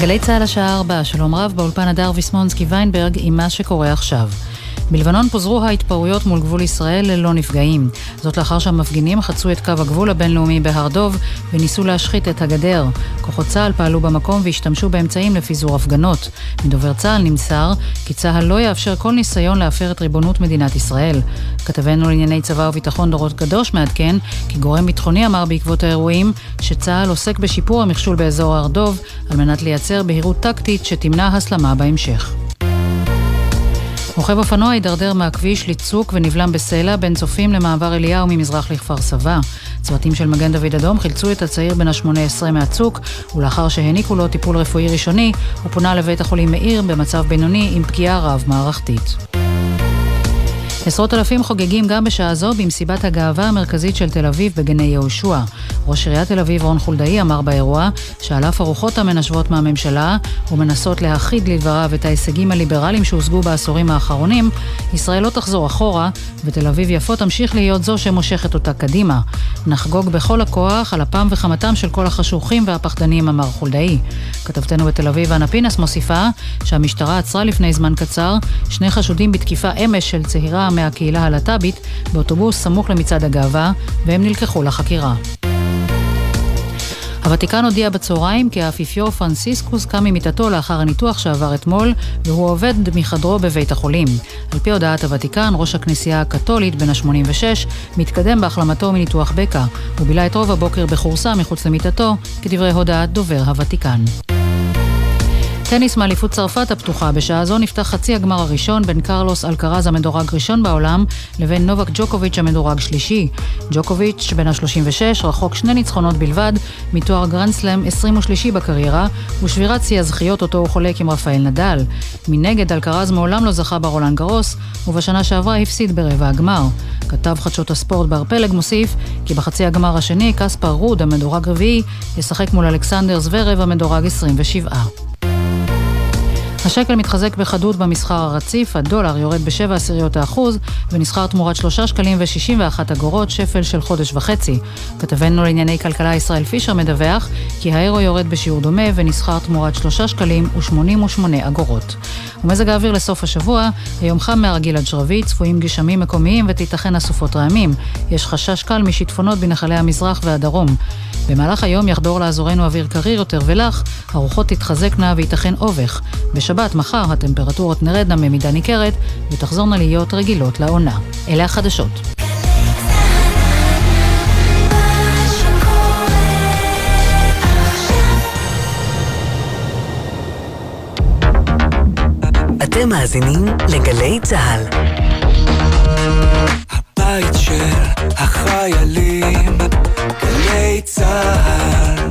גלי צהל השעה 4, שלום רב, באולפן הדר ויסמונסקי ויינברג עם מה שקורה עכשיו. בלבנון פוזרו ההתפרעויות מול גבול ישראל ללא נפגעים. זאת לאחר שהמפגינים חצו את קו הגבול הבינלאומי בהר דוב וניסו להשחית את הגדר. כוחות צה"ל פעלו במקום והשתמשו באמצעים לפיזור הפגנות. מדובר צה"ל נמסר כי צה"ל לא יאפשר כל ניסיון להפר את ריבונות מדינת ישראל. כתבנו לענייני צבא וביטחון דורות קדוש מעדכן כי גורם ביטחוני אמר בעקבות האירועים שצה"ל עוסק בשיפור המכשול באזור הר דוב על מנת לייצר בהירות טקטית שתמנע הסלמה בהמשך. רוכב אופנוע הידרדר מהכביש לצוק ונבלם בסלע בין צופים למעבר אליהו ממזרח לכפר סבא. צוותים של מגן דוד אדום חילצו את הצעיר בן ה-18 מהצוק, ולאחר שהעניקו לו טיפול רפואי ראשוני, הוא פונה לבית החולים מאיר במצב בינוני עם פגיעה רב מערכתית. עשרות אלפים חוגגים גם בשעה זו במסיבת הגאווה המרכזית של תל אביב בגני יהושע. ראש עיריית תל אביב רון חולדאי אמר באירוע שעל אף הרוחות המנשבות מהממשלה ומנסות להכיד לדבריו את ההישגים הליברליים שהושגו בעשורים האחרונים, ישראל לא תחזור אחורה ותל אביב יפו תמשיך להיות זו שמושכת אותה קדימה. נחגוג בכל הכוח על אפם וחמתם של כל החשוכים והפחדנים, אמר חולדאי. כתבתנו בתל אביב אנה פינס מוסיפה שהמשטרה עצרה לפני זמן קצר 2 חשודים בתקיפה אמש של צעירה מהקהילה הלט"בית באוטובוס סמוך למצעד הגאווה, והם נלקחו לחקירה. הוותיקן הודיע בצהריים כי האפיפיור פרנסיסקוס קם ממיטתו לאחר הניתוח שעבר אתמול, והוא עובד מחדרו בבית החולים. על פי הודעת הוותיקן, ראש הכנסייה הקתולית בן ה-86 מתקדם בהחלמתו מניתוח בקע. הוא בילה את רוב הבוקר בחורסה מחוץ למיטתו, כדברי הודעת דובר הוותיקן. טניס מאליפות צרפת הפתוחה. בשעה זו נפתח חצי הגמר הראשון בין קרלוס אלקרז המדורג ראשון בעולם לבין נובק ג'וקוביץ' המדורג שלישי. ג'וקוביץ' בן ה-36 רחוק 2 ניצחונות בלבד מתואר גרנד סלאם 23 בקריירה ושבירת שיא הזכיות אותו הוא חולק עם רפאל נדל. מנגד אלקרז מעולם לא זכה ברולאן גרוס ובשנה שעברה הפסיד ברבע הגמר. כתב חדשות הספורט בר פלג מוסיף כי בחצי הגמר השני קספר רוד המדורג רביעי ישחק מול אלכסנדר זוורב המדורג 27. השקל מתחזק בחדות במסחר הרציף, הדולר יורד ב0.7% ונסחר תמורת 3 שקלים ו61 אגורות, שפל של חודש וחצי. כתבנו לענייני כלכלה ישראל פישר מדווח כי האירו יורד בשיעור דומה ונסחר תמורת 3 שקלים ו88 אגורות. ומזג האוויר לסוף השבוע, היום חם מהרגיל עד שרבי, צפויים גשמים מקומיים ותיתכן אסופות רעמים. יש חשש קל משיטפונות בנחלי המזרח והדרום. במהלך היום יחדור לאזורנו אוויר קריר יותר ולח, הרוחות תתחזקנה ויתכן אובך. בשבת מחר הטמפרטורות נרדנה במידה ניכרת ותחזורנה להיות רגילות לעונה. אלה החדשות. אתם מאזינים לגלי צהל. הבית של החיילים, גלי צהל.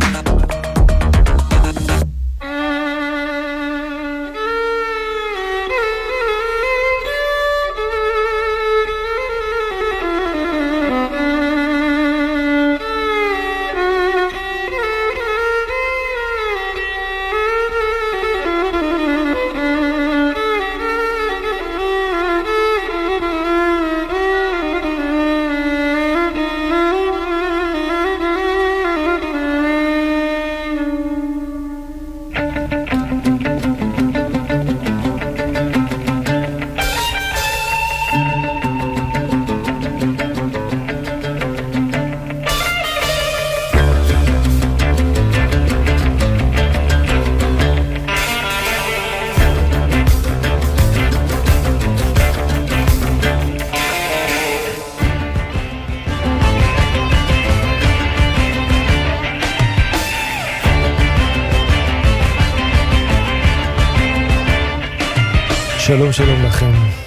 שלום שלום לכם.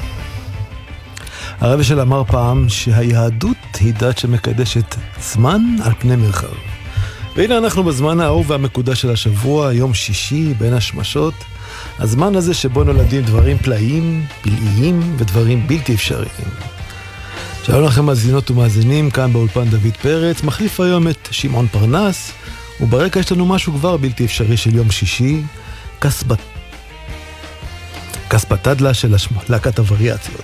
הרב של אמר פעם שהיהדות היא דת שמקדשת זמן על פני מרחב. והנה אנחנו בזמן האהוב והמקודש של השבוע, יום שישי בין השמשות. הזמן הזה שבו נולדים דברים פלאים, פלאיים ודברים בלתי אפשריים. שלום לכם מאזינות ומאזינים, כאן באולפן דוד פרץ, מחליף היום את שמעון פרנס, וברקע יש לנו משהו כבר בלתי אפשרי של יום שישי, כספתדלה של להקת הווריאציות.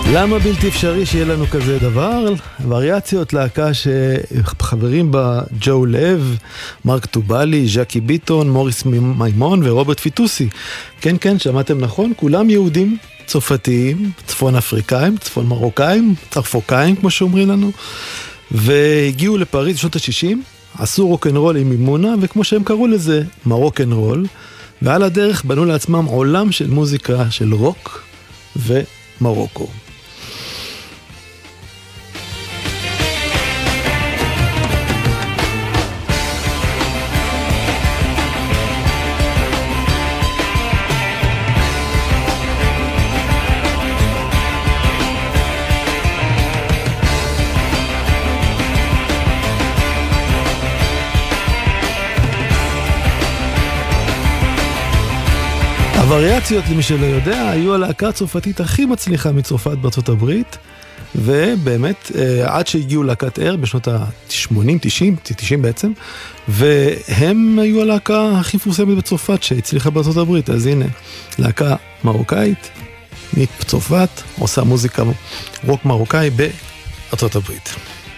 למה בלתי אפשרי שיהיה לנו כזה דבר? וריאציות, להקה שחברים בה ג'ו לב, מרק טובלי, ז'קי ביטון, מוריס מימון ורוברט פיטוסי. כן, כן, שמעתם נכון? כולם יהודים צרפתיים, צפון אפריקאים, צפון מרוקאים, צרפוקאים כמו שאומרים לנו, והגיעו לפריז בשנות ה-60, עשו רוק'נ'רול עם מימונה, וכמו שהם קראו לזה, מרוק'נ'רול, ועל הדרך בנו לעצמם עולם של מוזיקה של רוק ומרוקו. הווריאציות, למי שלא יודע, היו הלהקה הצרפתית הכי מצליחה מצרפת בארצות הברית, ובאמת עד שהגיעו להקת ער בשנות ה-80, 90 בעצם, והם היו הלהקה הכי מפורסמת בצרפת שהצליחה בארצות הברית. אז הנה, להקה מרוקאית מצרפת עושה מוזיקה רוק מרוקאי בארצות הברית.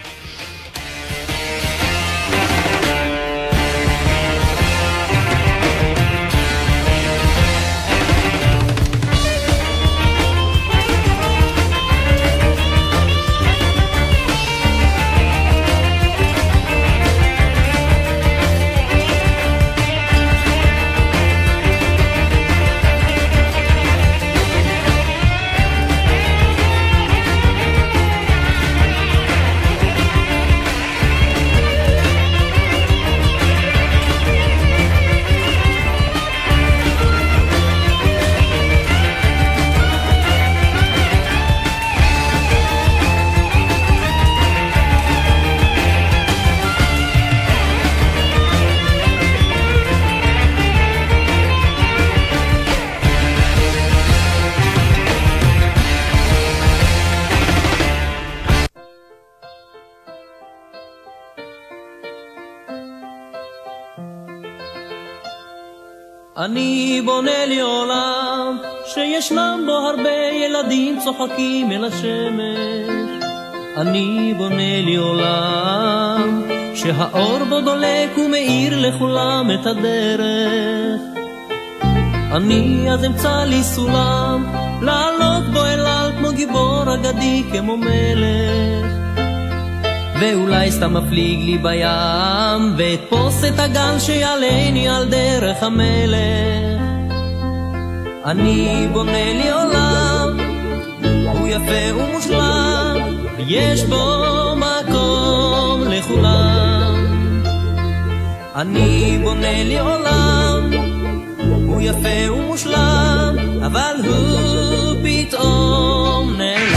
אני בונה לי עולם שישנם בו הרבה ילדים צוחקים אל השמש. אני בונה לי עולם שהאור בו דולק ומאיר לכולם את הדרך. אני אז אמצא לי סולם לעלות בו אל על כמו גיבור אגדי, כמו מלך. ואולי סתם מפליג לי בים ואתפוס את הגל שיעלני על דרך המלך. אני בונה לי עולם, הוא יפה ומושלם, יש בו מקום לכולם. אני בונה לי עולם, הוא יפה ומושלם, אבל הוא פתאום נעלם.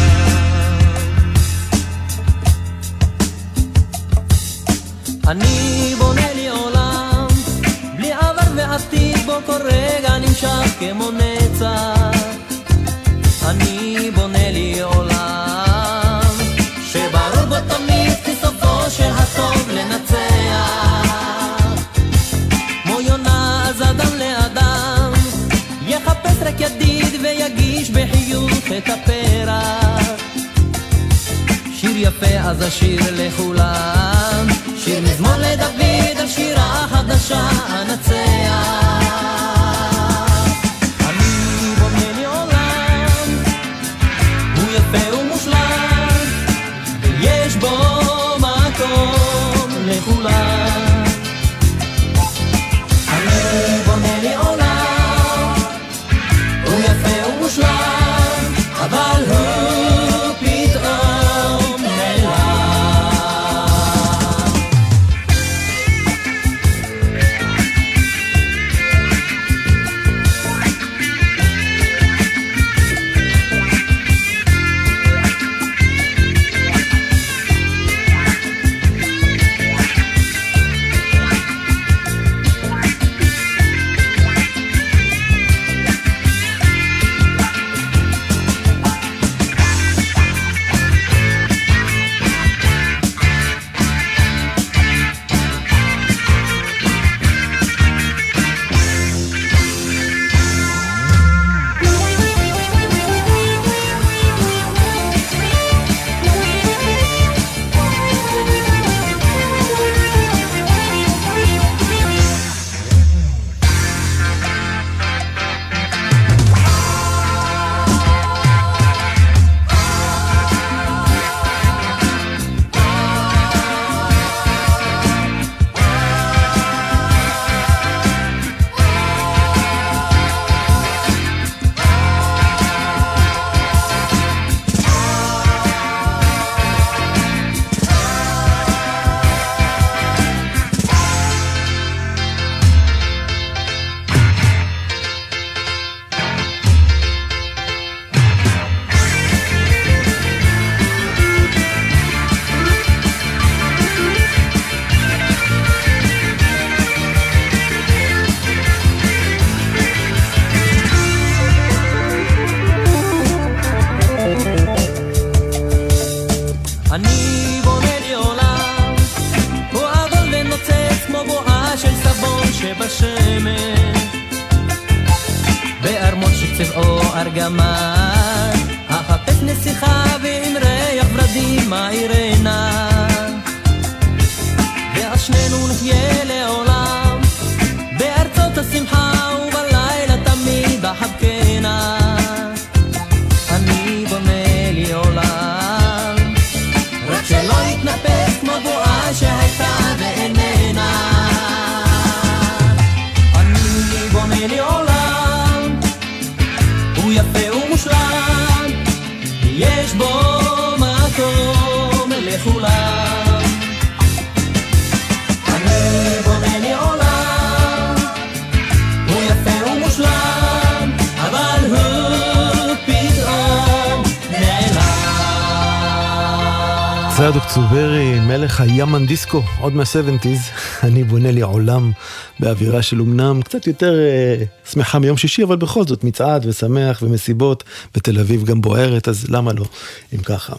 אני בונה לי עולם בלי עבר ועתיד, בו כל רגע נמשך כמו נצח. אני בונה לי עולם שברור בו תמיד כי סופו של הטוב לנצח. כמו יונה אז אדם לאדם יחפש רק ידיד ויגיש בחיוך את הפרח. שיר יפה אז השיר לכולם, שיר מזמור לדוד על שירה חדשה הנצח. אני בונה לי עולם, הוא יפה ומושלם, ויש בו מקום לכולם. אני בונה לי עולם, הוא יפה ומושלם, אבל הוא פתאום נעלם. שבשמש בארמון שצבעו ארגמן החפש נסיכה ועם ריח ורדים מאירנה והשנינו נחיה לעולם בארצות השמחה ובלילה תמיד אחבקנה אני בונה לי עולם רק שלא יתנפס כמו בועה שהייתה ואיננה אני בונה לי עולם הוא יפה ומושלם יש בו מקום לכולם אני בונה לי עולם הוא יפה ומושלם אבל הוא פתאום נעלם צדוק צוברי, מלך הימן דיסקו, עוד מה-70s, אני בונה לי עולם באווירה של אומנם קצת יותר שמחה מיום שישי, אבל בכל זאת מצעד ושמח ומסיבות, בתל אביב גם בוערת, אז למה לא, אם ככה.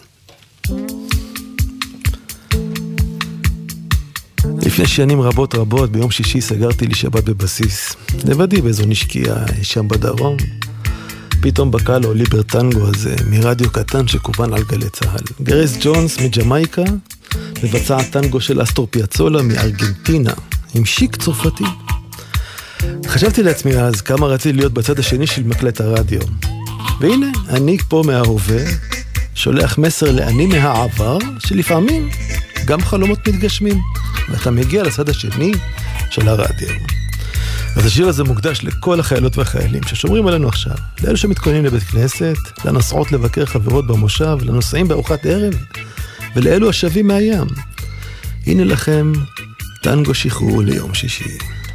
לפני שנים רבות ביום שישי סגרתי לי שבת בבסיס, לבדי באיזו נשקייה שם בדרום, פתאום בקע לו ליבר טנגו הזה מרדיו קטן שקובן על גלי צהל. גרייס ג'ונס מג'מייקה מבצע טנגו של אסטור פיאצולה מארגנטינה עם שיק צרפתי. חשבתי לעצמי אז כמה רציתי להיות בצד השני של מקלט הרדיו, והנה אני פה מההווה שולח מסר לאני מהעבר שלפעמים גם חלומות מתגשמים ואתה מגיע לצד השני של הרדיו. אז השיר הזה מוקדש לכל החיילות והחיילים ששומרים עלינו עכשיו, לאלו שמתכוננים לבית כנסת, לנסעות לבקר חברות במושב, לנוסעים בארוחת ערב, ולאלו השבים מהים. הנה לכם טנגו שחרור ליום שישי.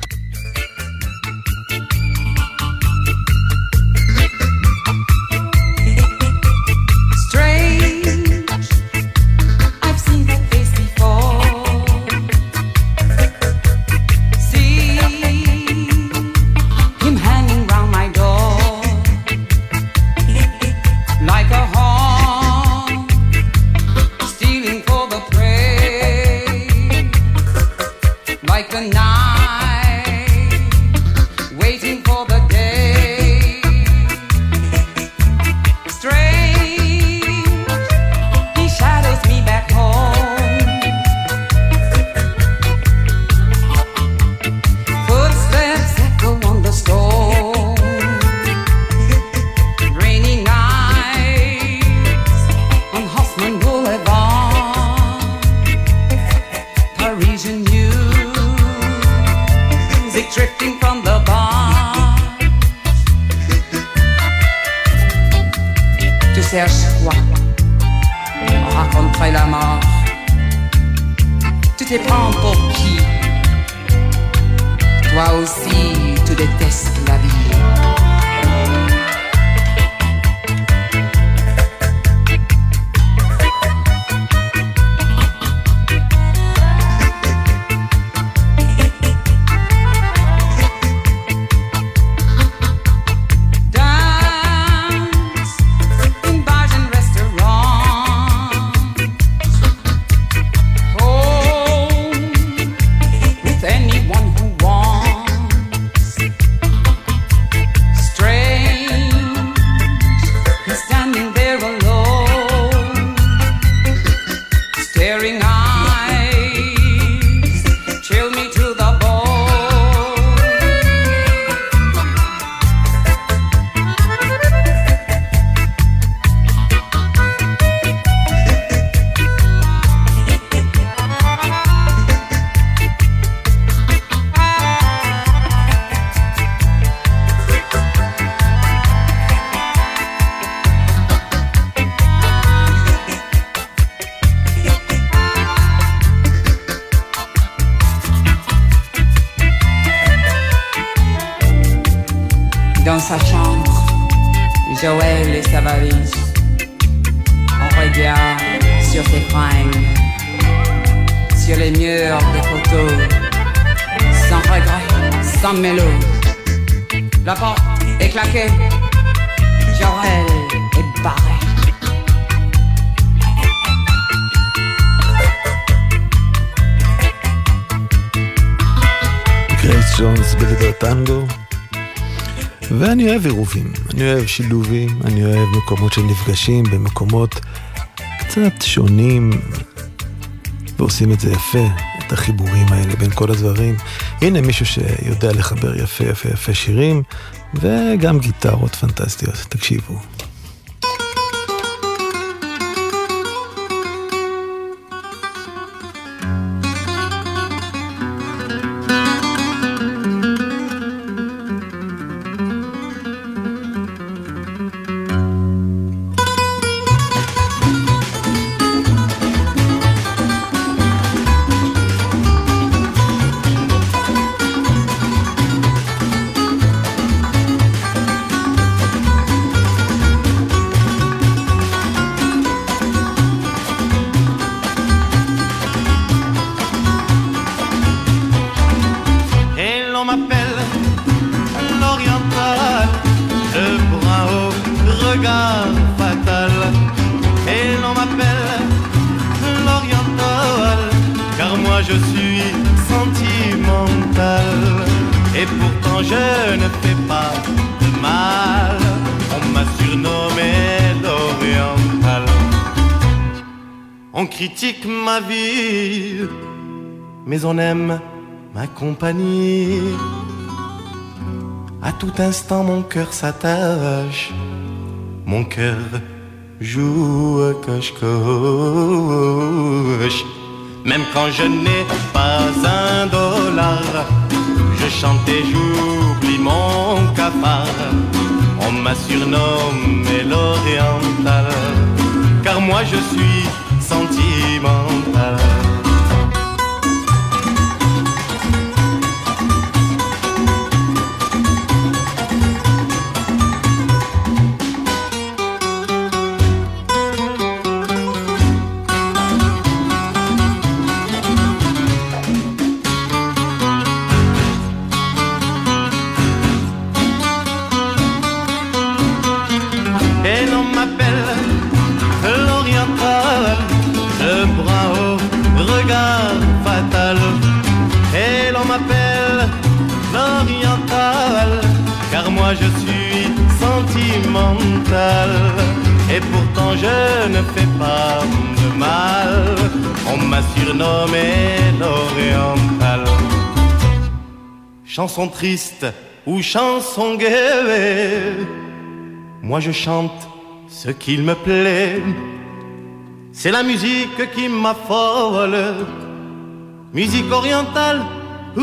Dans sa chambre, Joël et sa valise. On regarde sur ses fringues, sur les murs des photos, sans regret, sans mélo. La porte est claquée, Joël est barré. גרייס ג'ונס בלידר טנגו. ואני אוהב עירובים, אני אוהב שילובים, אני אוהב מקומות שנפגשים במקומות קצת שונים ועושים את זה יפה, את החיבורים האלה בין כל הדברים. הנה מישהו שיודע לחבר יפה יפה יפה שירים וגם גיטרות פנטסטיות, תקשיבו. Critique ma vie, mais on aime ma compagnie. À tout instant mon cœur s'attache, mon cœur joue coche-coche. Même quand je n'ai pas $1, je chante et j'oublie mon cafard. On m'a surnommé l'oriental, car moi je suis sentimental. Et l'on m'appelle l'oriental, le bras haut, regard fatal. Et l'on m'appelle l'oriental, car moi je suis sentimental. Et pourtant je ne fais pas de mal, on m'a surnommé l'oriental. Chanson triste ou chanson gaie, moi je chante ce qu'il me plaît. C'est la musique qui m'affole, musique orientale ou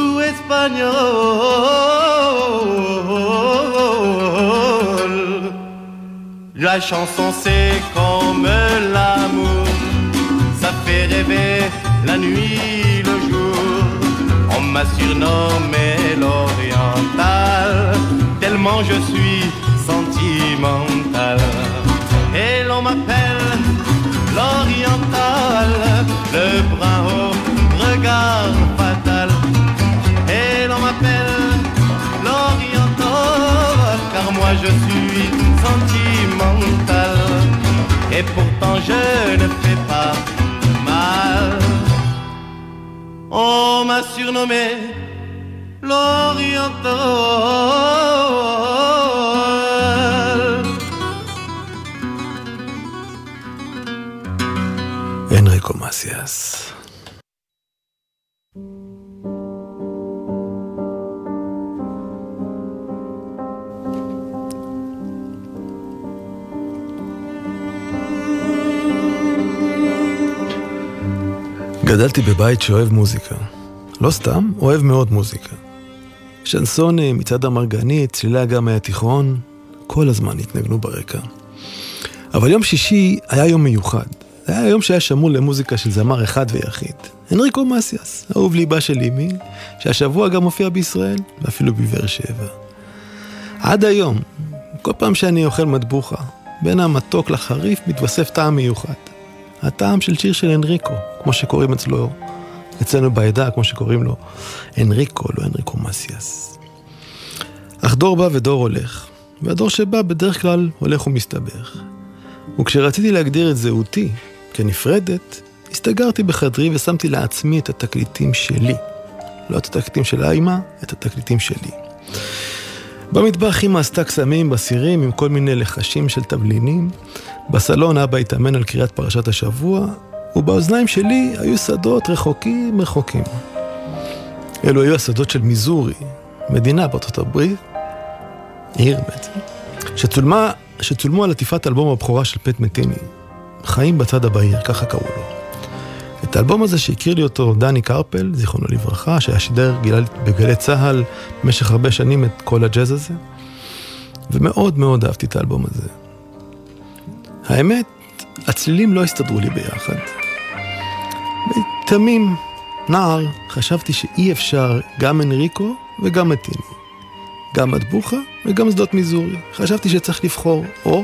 espagnole. La chanson c'est comme l'amour, ça fait rêver la nuit, le jour. On m'a surnommé l'oriental, tellement je suis sentimental. Et l'on m'appelle l'oriental, le bras haut, regard fatal. Et l'on m'appelle l'oriental, car moi je suis sentimental. Et pourtant je ne fais pas mal, on m'a surnommé l'oriental. אנריקו מסיאס. גדלתי בבית שאוהב מוזיקה. לא סתם, אוהב מאוד מוזיקה. שנסון, מצעד המרגנית, צלילי אגם מהתיכון, כל הזמן התנגנו ברקע. אבל יום שישי היה יום מיוחד. זה היה יום שהיה שמור למוזיקה של זמר אחד ויחיד. אנריקו מסיאס, אהוב ליבה של אמי, שהשבוע גם מופיע בישראל, ואפילו בבאר שבע. עד היום, כל פעם שאני אוכל מטבוחה, בין המתוק לחריף מתווסף טעם מיוחד. הטעם של שיר של אנריקו, כמו שקוראים אצלנו בעדה, כמו שקוראים לו אנריקו, לא אנריקו מסיאס. אך דור בא ודור הולך, והדור שבא בדרך כלל הולך ומסתבך. וכשרציתי להגדיר את זהותי כנפרדת, הסתגרתי בחדרי ושמתי לעצמי את התקליטים שלי. לא את התקליטים של האמא, את התקליטים שלי. במטבח אמא עשתה קסמים בסירים עם כל מיני לחשים של תבלינים, בסלון אבא התאמן על קריאת פרשת השבוע, ובאוזניים שלי היו שדות רחוקים. אלו היו השדות של מיזורי, מדינה בארצות הברית, עיר בעצם, שצולמו על עטיפת אלבום הבכורה של פט מתיני, חיים בצד הבהיר, ככה קראו לו. את האלבום הזה שהכיר לי אותו דני קרפל, זיכרונו לברכה, שהיה שידר בגלי צהל במשך הרבה שנים את כל הג'אז הזה, ומאוד מאוד אהבתי את האלבום הזה. האמת, הצלילים לא הסתדרו לי ביחד. בתמים, נער, חשבתי שאי אפשר גם אנריקו וגם מתיני. גם מטבוחה וגם שדות מיזורי. חשבתי שצריך לבחור או.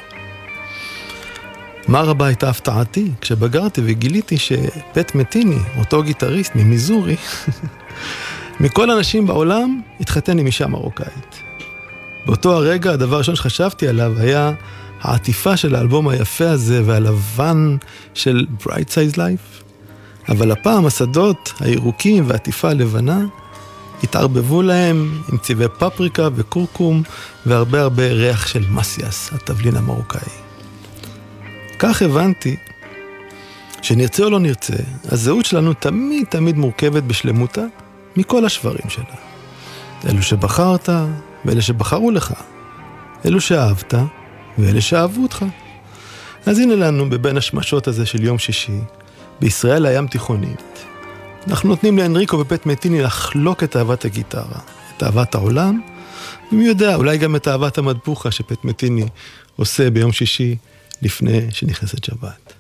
מה רבה הייתה הפתעתי כשבגרתי וגיליתי שפט מתיני, אותו גיטריסט ממיזורי, מכל האנשים בעולם התחתן עם אישה מרוקאית. באותו הרגע הדבר הראשון שחשבתי עליו היה העטיפה של האלבום היפה הזה והלבן של Bright Size Life. אבל הפעם השדות הירוקים והעטיפה הלבנה התערבבו להם עם צבעי פפריקה וקורקום והרבה ריח של מסיאס, התבלין המרוקאי. כך הבנתי שנרצה או לא נרצה, הזהות שלנו תמיד מורכבת בשלמותה מכל השברים שלה. אלו שבחרת ואלה שבחרו לך, אלו שאהבת ואלה שאהבו אותך. אז הנה לנו בבין השמשות הזה של יום שישי, בישראל הים תיכונית, אנחנו נותנים לאנריקו ופט מתיני לחלוק את אהבת הגיטרה, את אהבת העולם, ומי יודע, אולי גם את אהבת המטבוחה שפט מתיני עושה ביום שישי לפני שנכנסת שבת.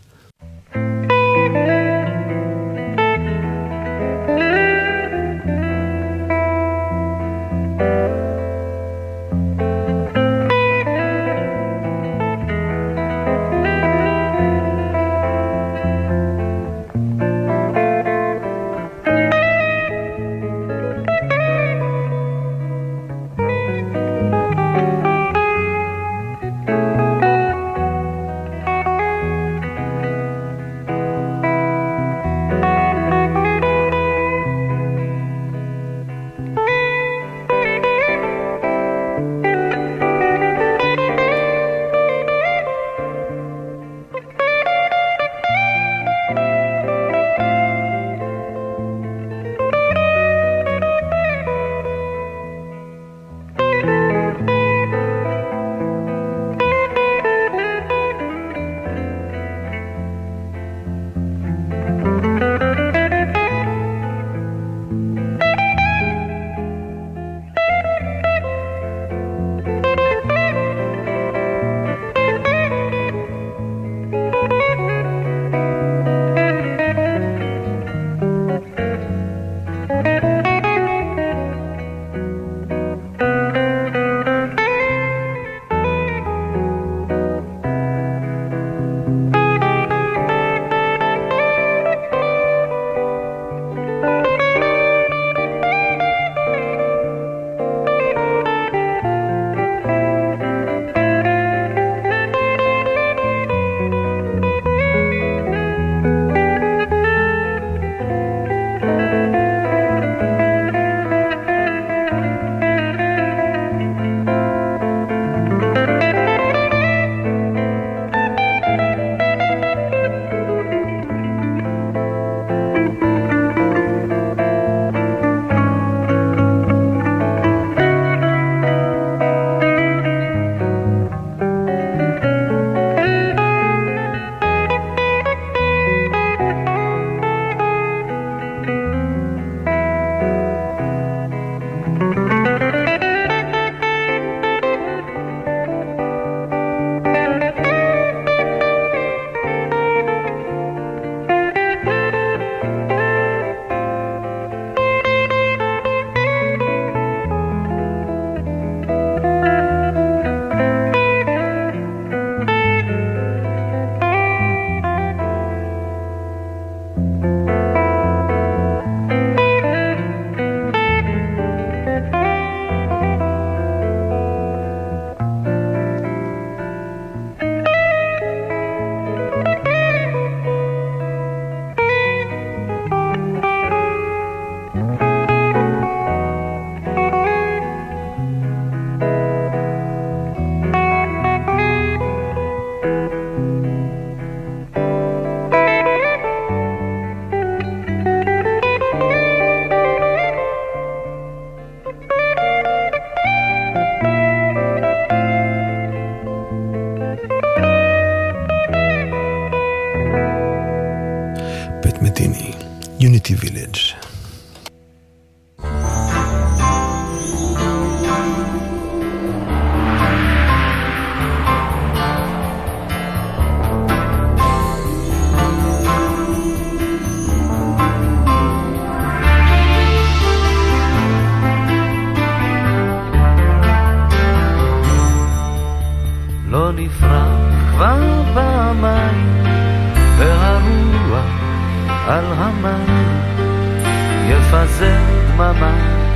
יפזר דממה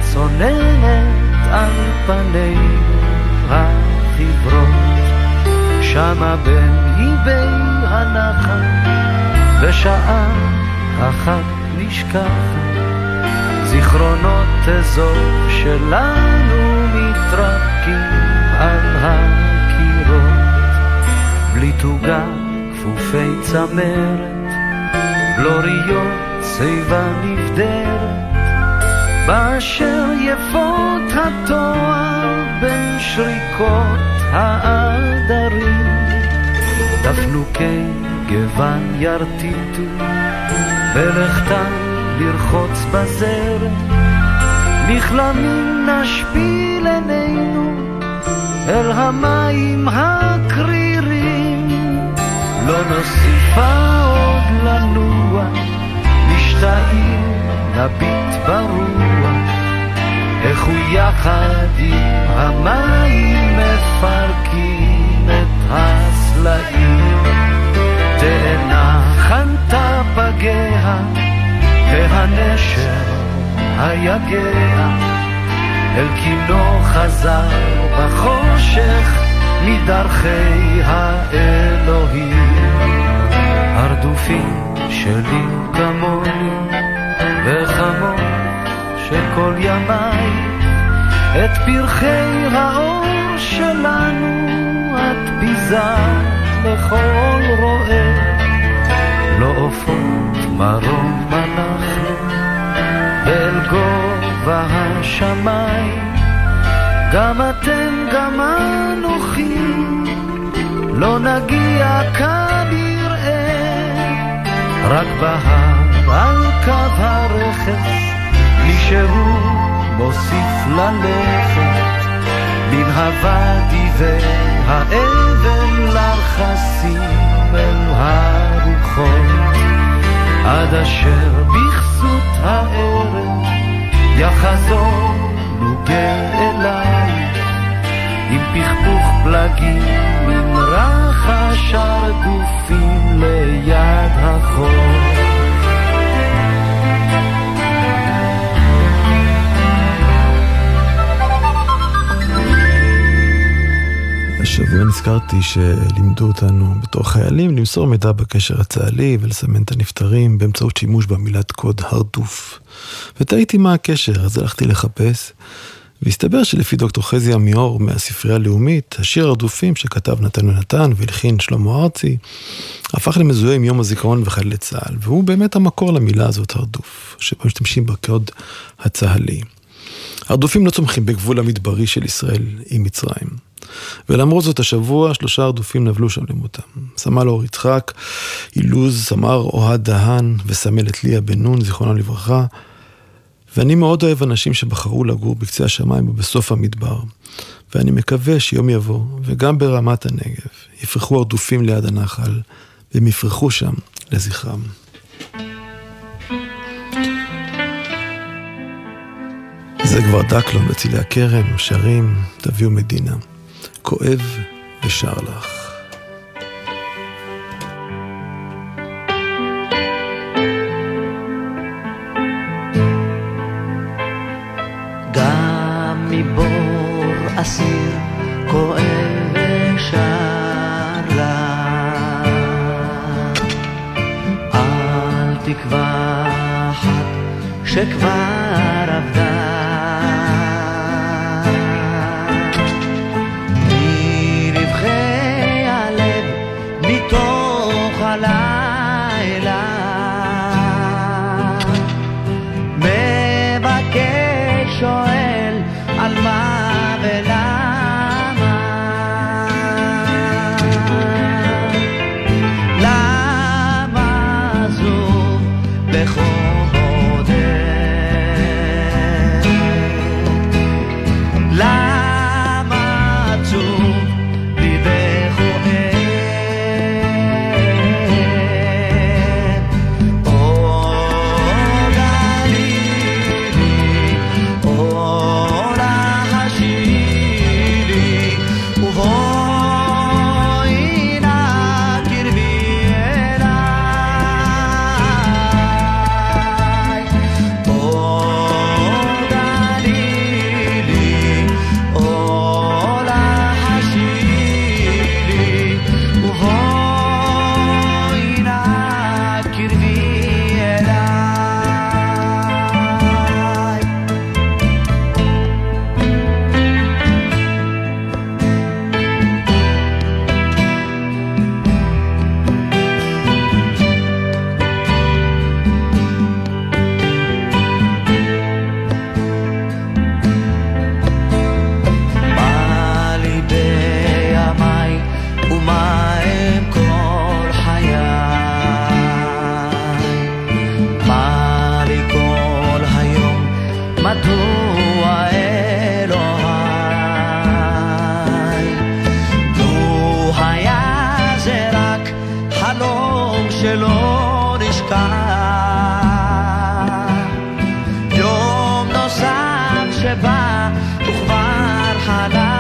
צוננת על פנינו החברות, שמה בין איבי הנחל בשעה אחת נשכחת, זיכרונות אזור שלנו מתרפקים על הקירות, בלי תוגה כפופי צמרת, בלוריות צבע נבדרת, באשר יפות התואר בין שריקות העדרים, דפנוקי גוון ירטיטו בלכתה לרחוץ בזרם, נכלמים נשפיל עינינו אל המים הקרירים, לא נוסיפה עוד לנוע, משתאים נביט ברוח, איך הוא יחד עם המים מפרקים את הסלעים, תאנה חנתה פגיה והנשר היגע, אל כינו חזר בחושך מדרכי האלוהים, הרדופים שלי כמוני וחמור שכל ימי, את פרחי האור שלנו את ביזה לכל רואה, לא עופות מרום אנחנו אל גובה השמיים, גם אתם גם אנוכי לא נגיע כנראה, רק בהר על קו הרכס מישהו מוסיף ללכת, מן הוואדי והאבן לרחסים אל הרוחות, עד אשר בכסות הערב יחזור נוגה אליי, עם פכפוך פלגים עם רחש הרדופים ליד החור. השבוע נזכרתי שלימדו אותנו בתור חיילים למסור מידע בקשר הצה"לי ולסמן את הנפטרים באמצעות שימוש במילת קוד הרדוף. ותהיתי מה הקשר, אז הלכתי לחפש, והסתבר שלפי דוקטור חזי עמיאור מהספרייה הלאומית, השיר הרדופים שכתב נתן ונתן והלחין שלמה ארצי, הפך למזוהה עם יום הזיכרון וחיילי צה"ל, והוא באמת המקור למילה הזאת הרדוף, שבה משתמשים בקוד הצה"לי. הרדופים לא צומחים בגבול המדברי של ישראל עם מצרים. ולמרות זאת השבוע 3 הרדופים נבלו שם למותם. סמל אור יצחק, אילוז, סמר אוהד דהן וסמלת ליה בן נון, זיכרונם לברכה. ואני מאוד אוהב אנשים שבחרו לגור בקצה השמיים ובסוף המדבר. ואני מקווה שיום יבוא, וגם ברמת הנגב, יפרחו הרדופים ליד הנחל, והם יפרחו שם לזכרם. זה כבר דקלון וצילי הכרם, שרים, תביאו מדינה. כואב ושר לך. גם מבור אסיר כואב ושר לך, על תקווה אחת שכבר עבדה, הלילה מבקש שואל על מה ולמה, למה זו בחודש מדוע אלוהי לו היה זה רק חלום שלא נשכח יום נוסף שבא וכבר חלף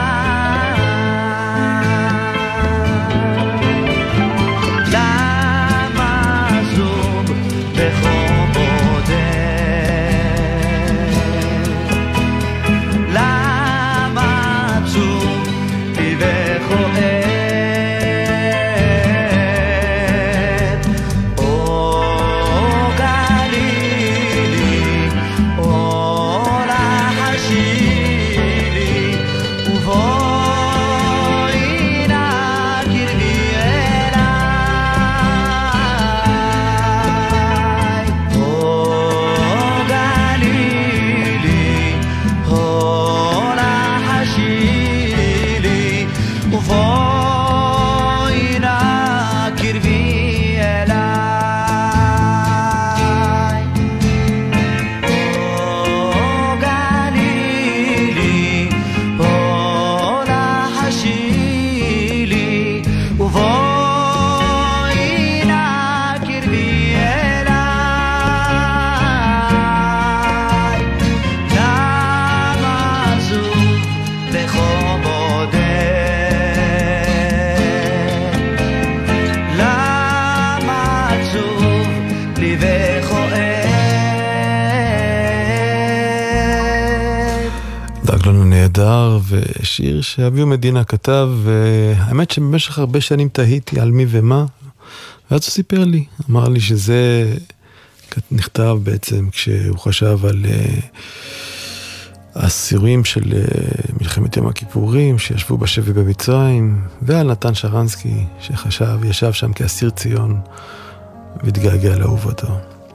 נהדר, ושיר שאביהו מדינה כתב, והאמת שבמשך הרבה שנים תהיתי על מי ומה, ואז הוא סיפר לי, אמר לי שזה נכתב בעצם כשהוא חשב על האסירים של מלחמת יום הכיפורים שישבו בשבי במצרים, ועל נתן שרנסקי ישב שם כאסיר ציון והתגעגע לאהובתו.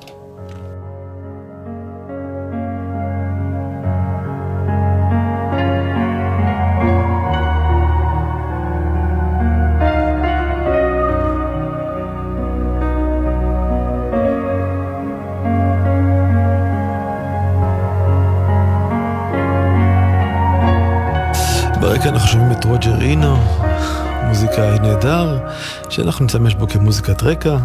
ברקע אנחנו שומעים את רוג'ר אינו, מוזיקאי נהדר, שאנחנו נשתמש בו כמוזיקת רקע.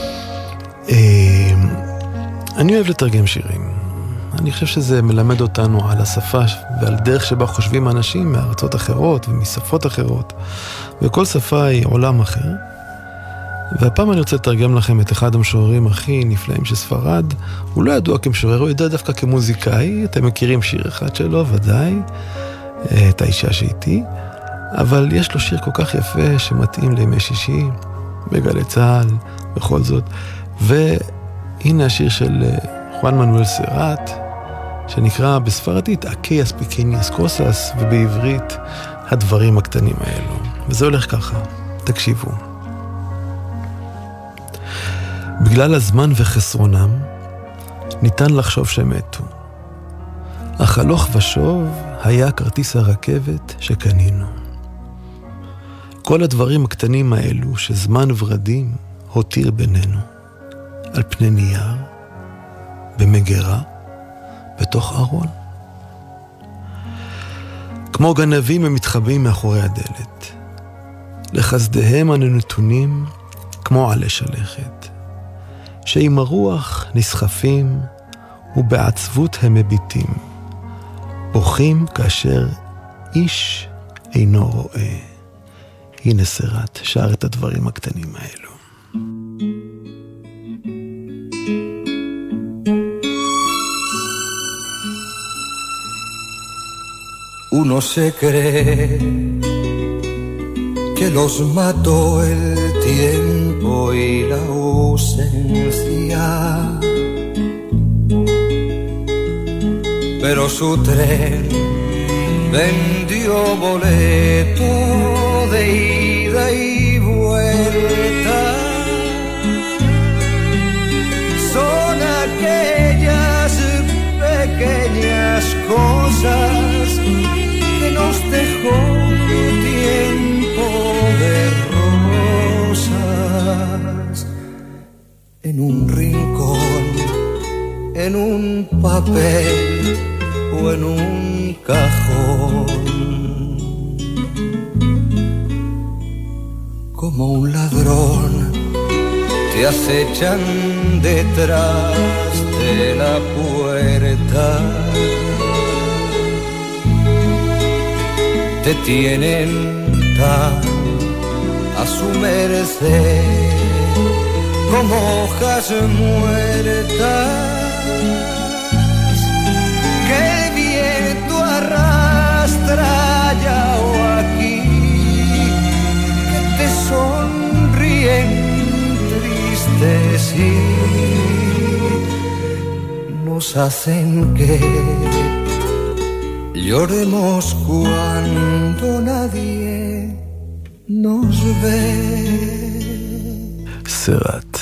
אני אוהב לתרגם שירים. אני חושב שזה מלמד אותנו על השפה ועל דרך שבה חושבים אנשים מארצות אחרות ומשפות אחרות. וכל שפה היא עולם אחר. והפעם אני רוצה לתרגם לכם את אחד המשוררים הכי נפלאים של ספרד. הוא לא ידוע כמשורר, הוא ידע דווקא כמוזיקאי. אתם מכירים שיר אחד שלו, ודאי. את האישה שאיתי, אבל יש לו שיר כל כך יפה שמתאים לימי שישי בגלי צהל בכל זאת. והנה השיר של חואן מנואל סרט שנקרא בספרדית Aquellas pequeñas cosas, ובעברית הדברים הקטנים האלו, וזה הולך ככה, תקשיבו. בגלל הזמן וחסרונם ניתן לחשוב שמתו, אך הלוך ושוב היה כרטיס הרכבת שקנינו. כל הדברים הקטנים האלו שזמן ורדים הותיר בינינו, על פני נייר, במגרה, בתוך ארון. כמו גנבים הם מתחבאים מאחורי הדלת. לחסדיהם אנו נתונים כמו עלי שלכת, שעם הרוח נסחפים ובעצבות הם מביטים. בוכים כאשר איש אינו רואה. הנה סרט שר את הדברים הקטנים האלו. Uno se cree que los mató el tiempo y la ausencia, pero su tren vendió boleto de ida y vuelta. Son aquellas pequeñas cosas que nos dejó tiempo de rosas en un rincón, en un papel o en un cajón. Como un ladrón te acechan detrás de la puerta, te tienen tan a su merced como hojas muertas que el viento arrastra allá o aquí, que te sonríen tristes y nos hacen que lloremos cuando nadie nos ve. סרט.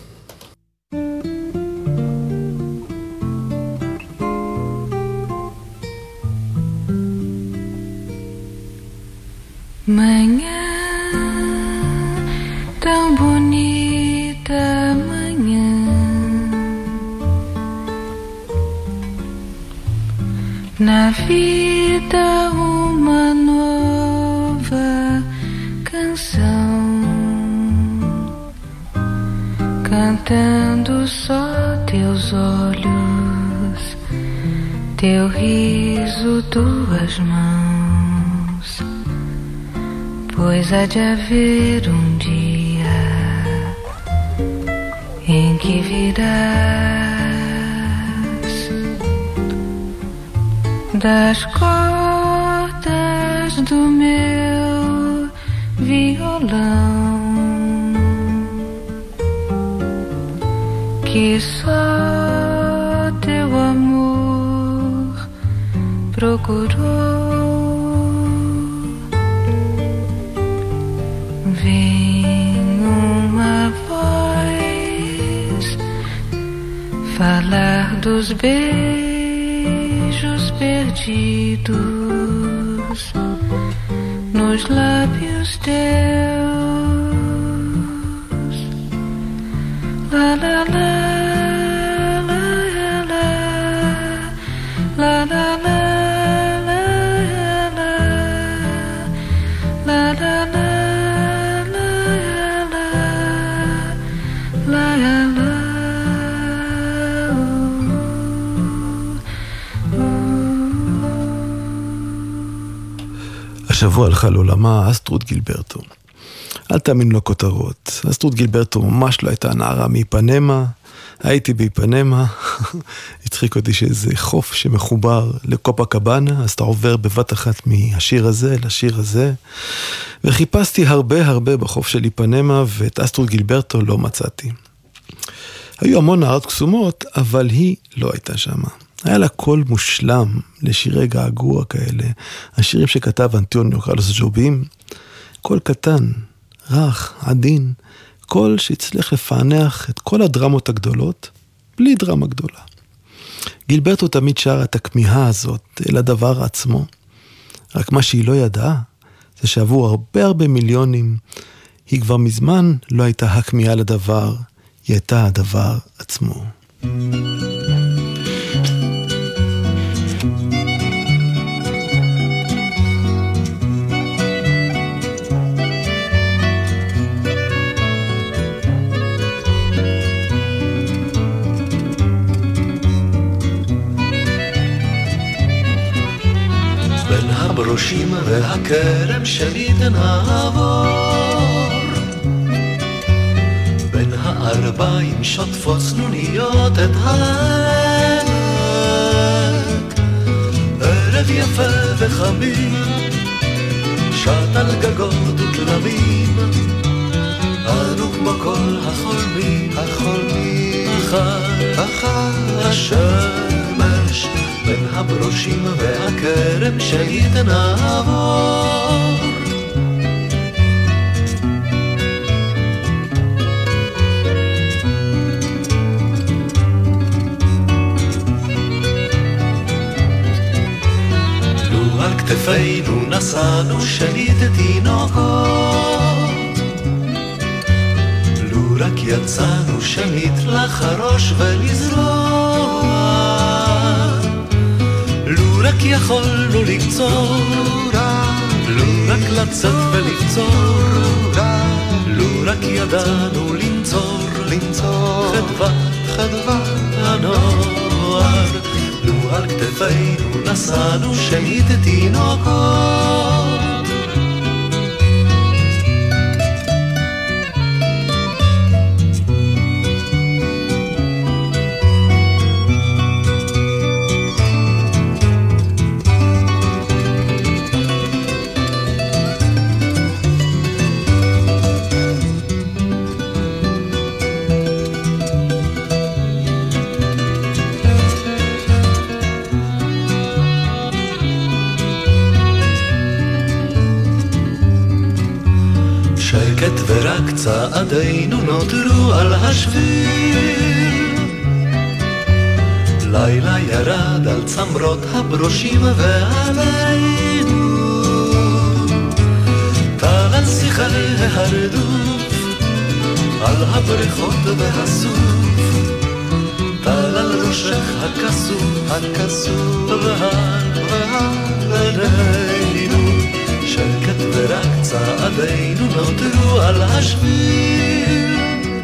Manhã tão bonita, manhã na vida uma nova canção, cantando só teus olhos, teu riso, tuas mãos, pois há de haver um dia em que virás das cordas do meu violão, que só teu amor procurou. Vem uma voz falar dos beijos perdidos nos lábios teus. La la la la la la la la la la la. השבוע הלכה לעולמה אסטרוד גילברטו. אל תאמין לו כותרות. אסטרוד גילברטו ממש לא הייתה נערה מאיפנמה. הייתי באיפנמה. הצחיק אותי שאיזה חוף שמחובר לקופה קבנה, אז אתה עובר בבת אחת מהשיר הזה לשיר הזה. וחיפשתי הרבה בחוף של איפנמה, ואת אסטרוד גילברטו לא מצאתי. היו המון נערות קסומות, אבל היא לא הייתה שמה. היה לה קול מושלם לשירי געגוע כאלה, השירים שכתב אנטוניו קרלוס ג'ובים, קול קטן, רך, עדין, קול שהצליח לפענח את כל הדרמות הגדולות, בלי דרמה גדולה. גילברטו תמיד שר את הכמיהה הזאת אל הדבר עצמו, רק מה שהיא לא ידעה, זה שעבור הרבה מיליונים, היא כבר מזמן לא הייתה הכמיהה לדבר, היא הייתה הדבר עצמו. בין הברושים והכרם שלי תנעבור, בין הארבעים שוטפות סנוניות את העמק, ערב יפה וחמים שט על גגות ותלמים, אנו כמו כל החולמים, אחר השמש בין הברושים והכרם שלי תנעבור. לו על כתפינו נשאנו שליט תינוקות, לו רק יצאנו שליט לחרוש ולזרוע, לו יכולנו לקצור, לו רק לצאת ולקצור, לו רק ידענו לנצור חדווה הנוער, לו על כתפינו נשאנו שמית תינוקות. ורק צעדינו נותרו על השביל, לילה ירד על צמרות הברושים ועלינו טל על שיחי ההרדוף, על הבריכות והסוף, טל על ראשך הכסוף ועלינו שקט ורק צעדינו נותרו על השביל.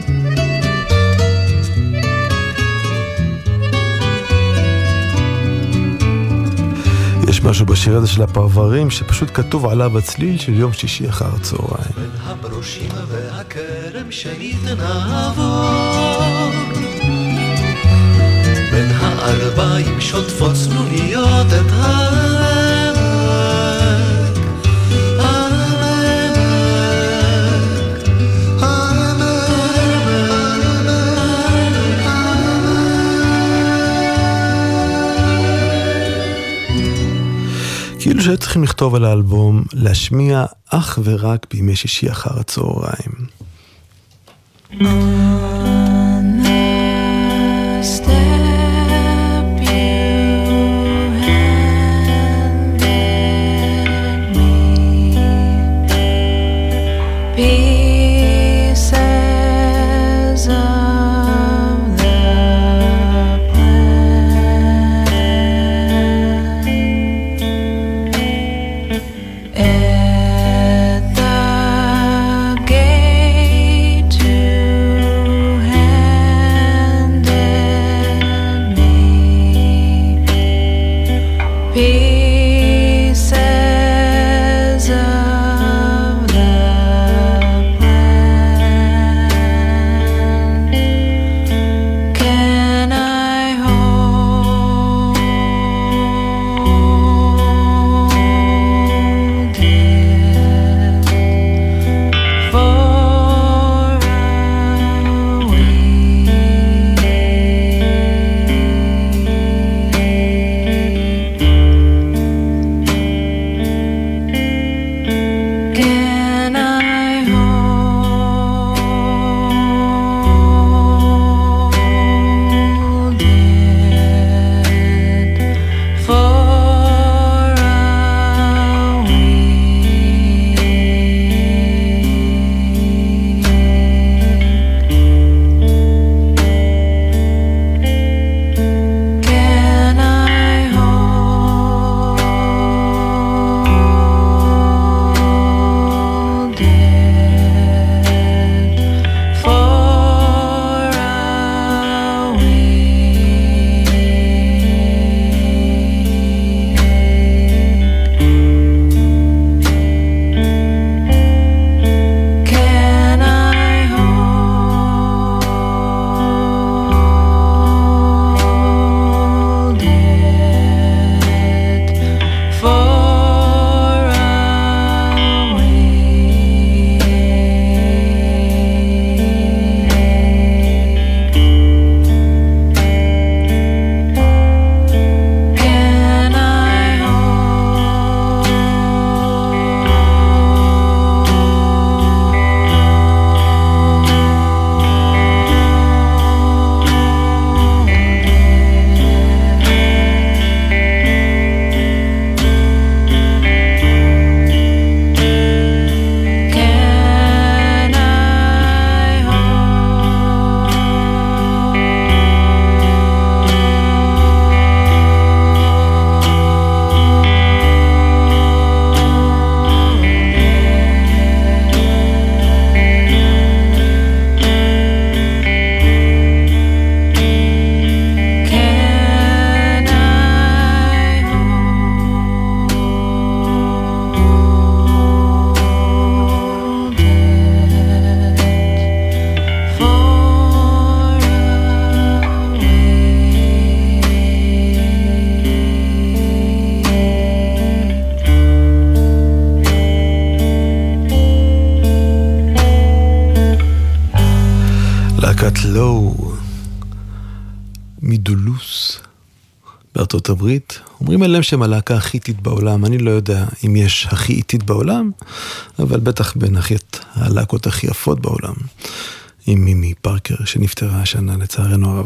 יש משהו בשיר הזה של הפרברים שפשוט כתוב עליו הצליל של יום שישי אחר הצהריים. בין הברושים והכרם שנית נעבור, בין הארבעים שוטפות צנוניות את כאילו שהיו צריכים לכתוב על האלבום, להשמיע אך ורק בימי שישי אחר הצהריים. דולוס בארצות הברית. אומרים עליהם שהם הלהקה הכי איטית בעולם. אני לא יודע אם יש הכי איטית בעולם, אבל בטח בין הלהקות הכי יפות בעולם. עם מימי פארקר שנפטרה השנה לצערנו הרב.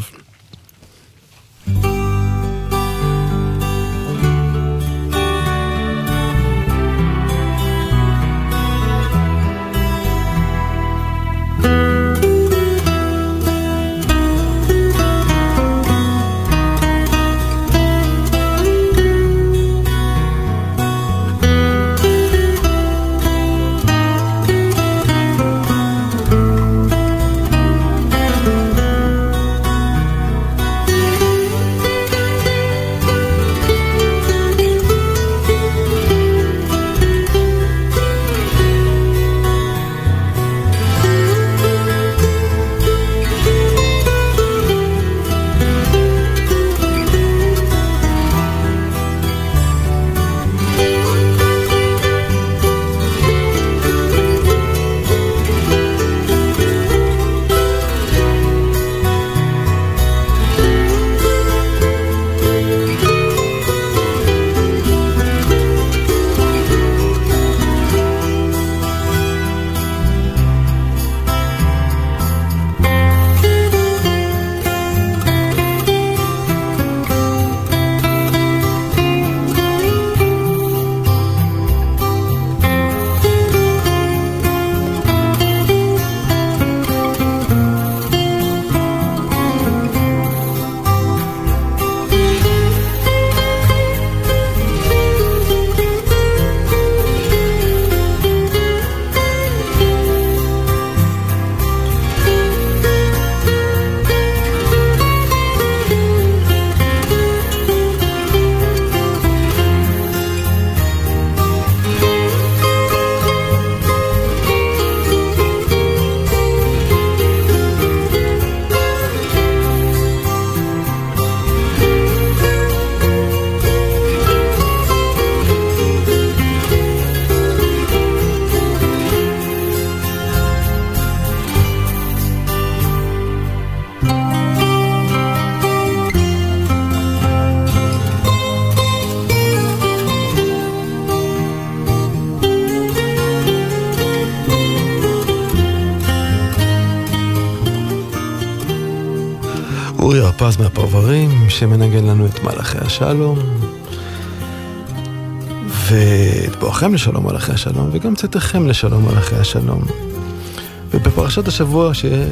אורי הרפז מהפרברים שמנגן לנו את מלאכי השלום ואת בואכם לשלום מלאכי השלום וגם צאתכם לשלום מלאכי השלום. ובפרשת השבוע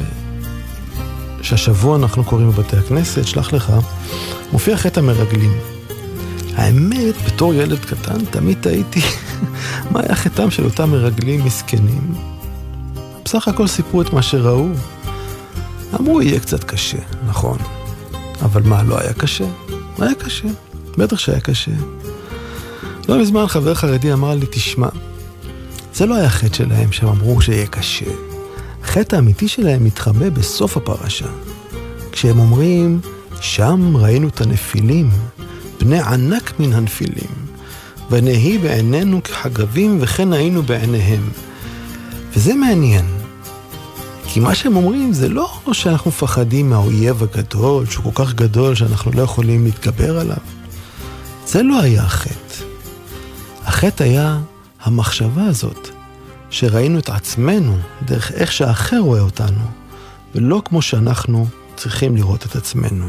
שהשבוע אנחנו קוראים בבתי הכנסת, שלח לך, מופיע חטא המרגלים. האמת, בתור ילד קטן תמיד תהיתי מה היה חטאם של אותם מרגלים מסכנים. בסך הכל סיפרו את מה שראו. אמרו יהיה קצת קשה, נכון. אבל מה, לא היה קשה? היה קשה, בטח שהיה קשה. לא מזמן חבר חרדי אמר לי, תשמע, זה לא היה חטא שלהם שהם אמרו שיהיה קשה. החטא האמיתי שלהם מתחבא בסוף הפרשה. כשהם אומרים, שם ראינו את הנפילים, בני ענק מן הנפילים, ונהי בעינינו כחגבים וכן היינו בעיניהם. וזה מעניין. כי מה שהם אומרים זה לא שאנחנו מפחדים מהאויב הגדול, שהוא כל כך גדול שאנחנו לא יכולים להתגבר עליו. זה לא היה החטא. החטא היה המחשבה הזאת, שראינו את עצמנו דרך איך שהאחר רואה אותנו, ולא כמו שאנחנו צריכים לראות את עצמנו.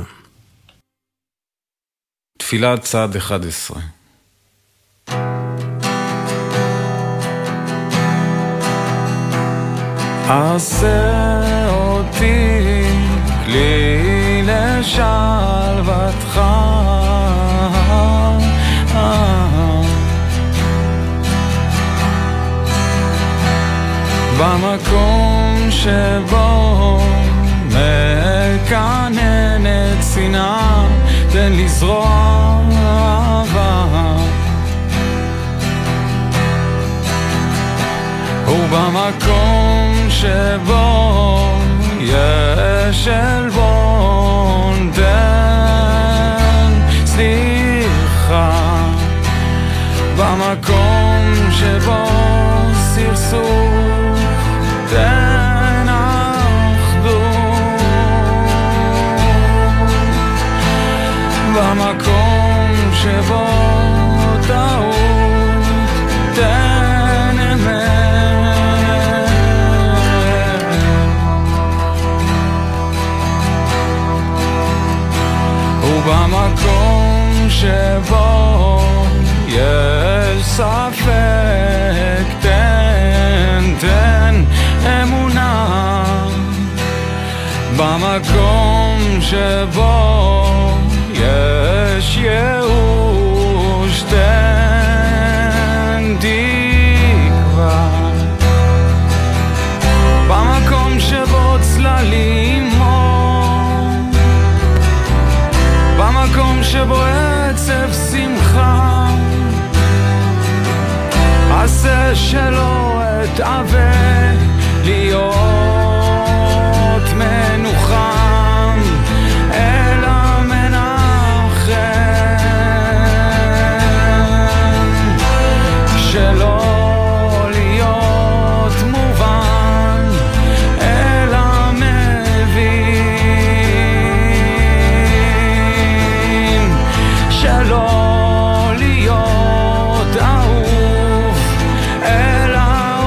תפילת צעד 11. עשה אותי כלי לשלוותך, במקום שבו מקננת שנאה, תן לזרוע אהבה, ובמקום שבו יש אלבון, תן סליחה, במקום שבו סרסור, תן אחדות, שבו טעות תן אמת, ובמקום שבו יש ספק תן אמונה, במקום שבו יש ייאוש תן תקווה, במקום שבו צללים אור, במקום שבו עצב שמחה, עשה שלא אתאווה להיות מנוחם אלא מנחם, שלא להיות מובן אלא מבין, שלא להיות אהוב אלא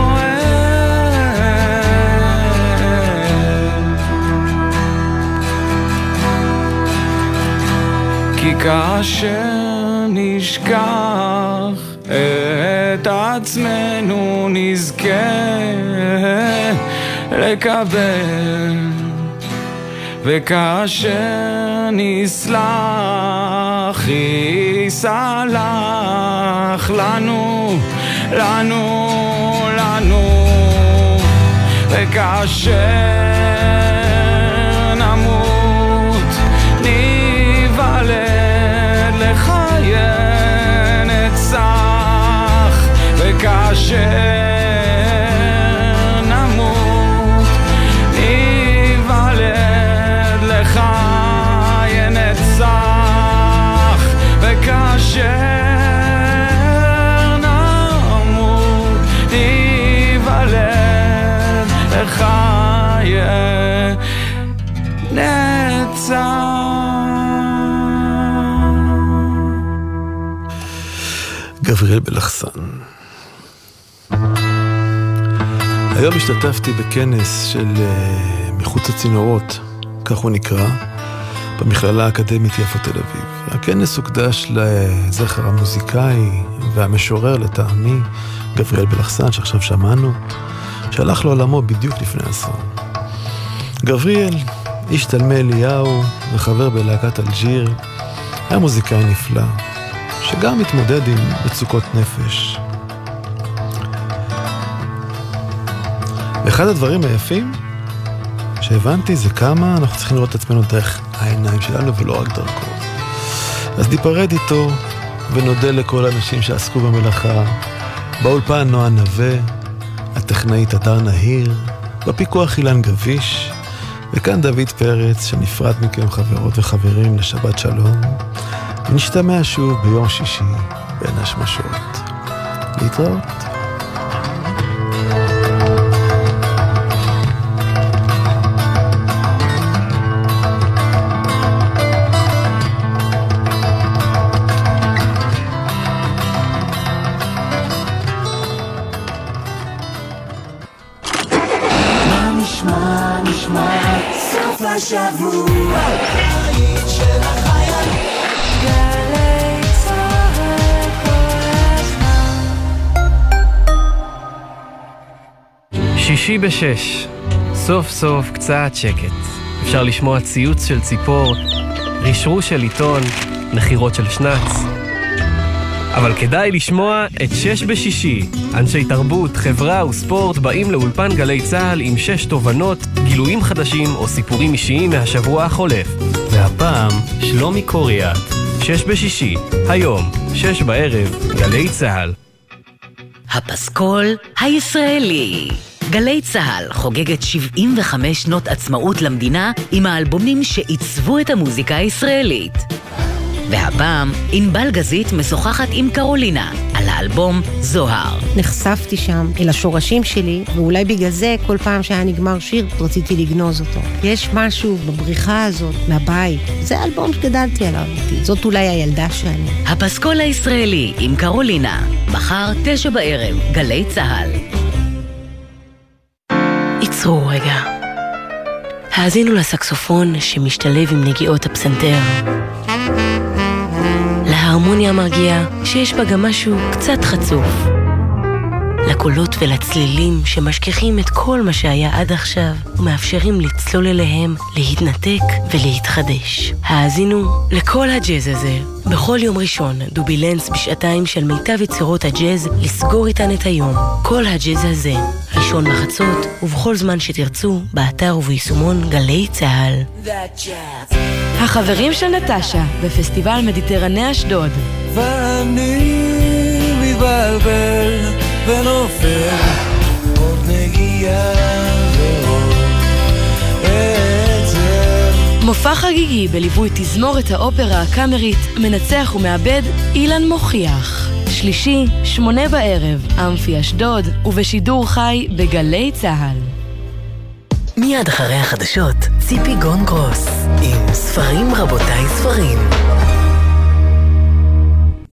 כאשר נשכח את עצמנו נזכה לקבל, וכאשר נסלח יסלח לנו, וכאשר נמות ניוולד לחיי נצח, וכאשר נמות ניוולד לחיי נצח, וכאשר נמות ניוולד לחיי נצח. גבריאל בלחסן. היום השתתפתי בכנס של מחוץ הצינורות, כך הוא נקרא, במכללה האקדמית יפו תל אביב. הכנס הוקדש לזכר המוזיקאי והמשורר לטעמי, גבריאל בלחסן, שעכשיו שמענו, שהלך לעולמו בדיוק לפני עשור. גבריאל, איש תלמי אליהו וחבר בלהקת אלג'יר, היה מוזיקאי נפלא, שגם מתמודד עם מצוקות נפש. ואחד הדברים היפים שהבנתי זה כמה אנחנו צריכים לראות את עצמנו דרך העיניים שלנו ולא רק דרכו. אז ניפרד איתו ונודה לכל האנשים שעסקו במלאכה. באולפן נועה נווה, הטכנאית הדר נהיר, בפיקוח אילן גביש, וכאן דוד פרץ שנפרד מכם חברות וחברים לשבת שלום. ונשתמע שוב ביום שישי בין השמשות. להתראות. סוף השבוע היית של החייל גלי צהל כל הזמן. שישי בשש, סוף סוף קצת שקט. אפשר לשמוע ציוץ של ציפור, רשרוש של עיתון, נחירות של שנץ. אבל כדאי לשמוע את שש בשישי. אנשי תרבות, חברה וספורט באים לאולפן גלי צהל עם 6 תובנות, גילויים חדשים או סיפורים אישיים מהשבוע החולף. והפעם שלומי קוריאט. 6 בשישי, היום, 6 בערב, גלי צהל. הפסקול הישראלי. גלי צהל חוגגת 75 שנות עצמאות למדינה עם האלבומים שעיצבו את המוזיקה הישראלית. והפעם ענבל גזית משוחחת עם קרולינה על האלבום זוהר. נחשפתי שם אל השורשים שלי, ואולי בגלל זה כל פעם שהיה נגמר שיר רציתי לגנוז אותו. יש משהו בבריחה הזאת מהבית. זה האלבום שגדלתי עליו. זאת אולי הילדה שאני. הפסקול הישראלי עם קרולינה, מחר 9 בערב, גלי צהל. עצרו רגע. האזינו לסקסופון שמשתלב עם נגיעות הפסנתר. להרמוניה המרגיעה שיש בה גם משהו קצת חצוף. לקולות ולצלילים שמשכיחים את כל מה שהיה עד עכשיו ומאפשרים לצלול אליהם, להתנתק ולהתחדש. האזינו לכל הג'אז הזה. בכל יום ראשון דובילנס בשעתיים של מיטב יצירות הג'אז לסגור איתן את היום. כל הג'אז הזה, ראשון בחצות ובכל זמן שתרצו, באתר וביישומון גלי צהל. החברים של נטשה בפסטיבל מדיטרני אשדוד. ואני מתבלבל ונופל עוד נגיעה ועוד עצר. מופע חגיגי בליווי תזמורת האופרה הקאמרית מנצח ומאבד אילן מוכיח. שלישי, 8 בערב, אמפי אשדוד, ובשידור חי בגלי צהל. מיד אחרי החדשות, ציפי גון גרוס עם ספרים רבותיי ספרים.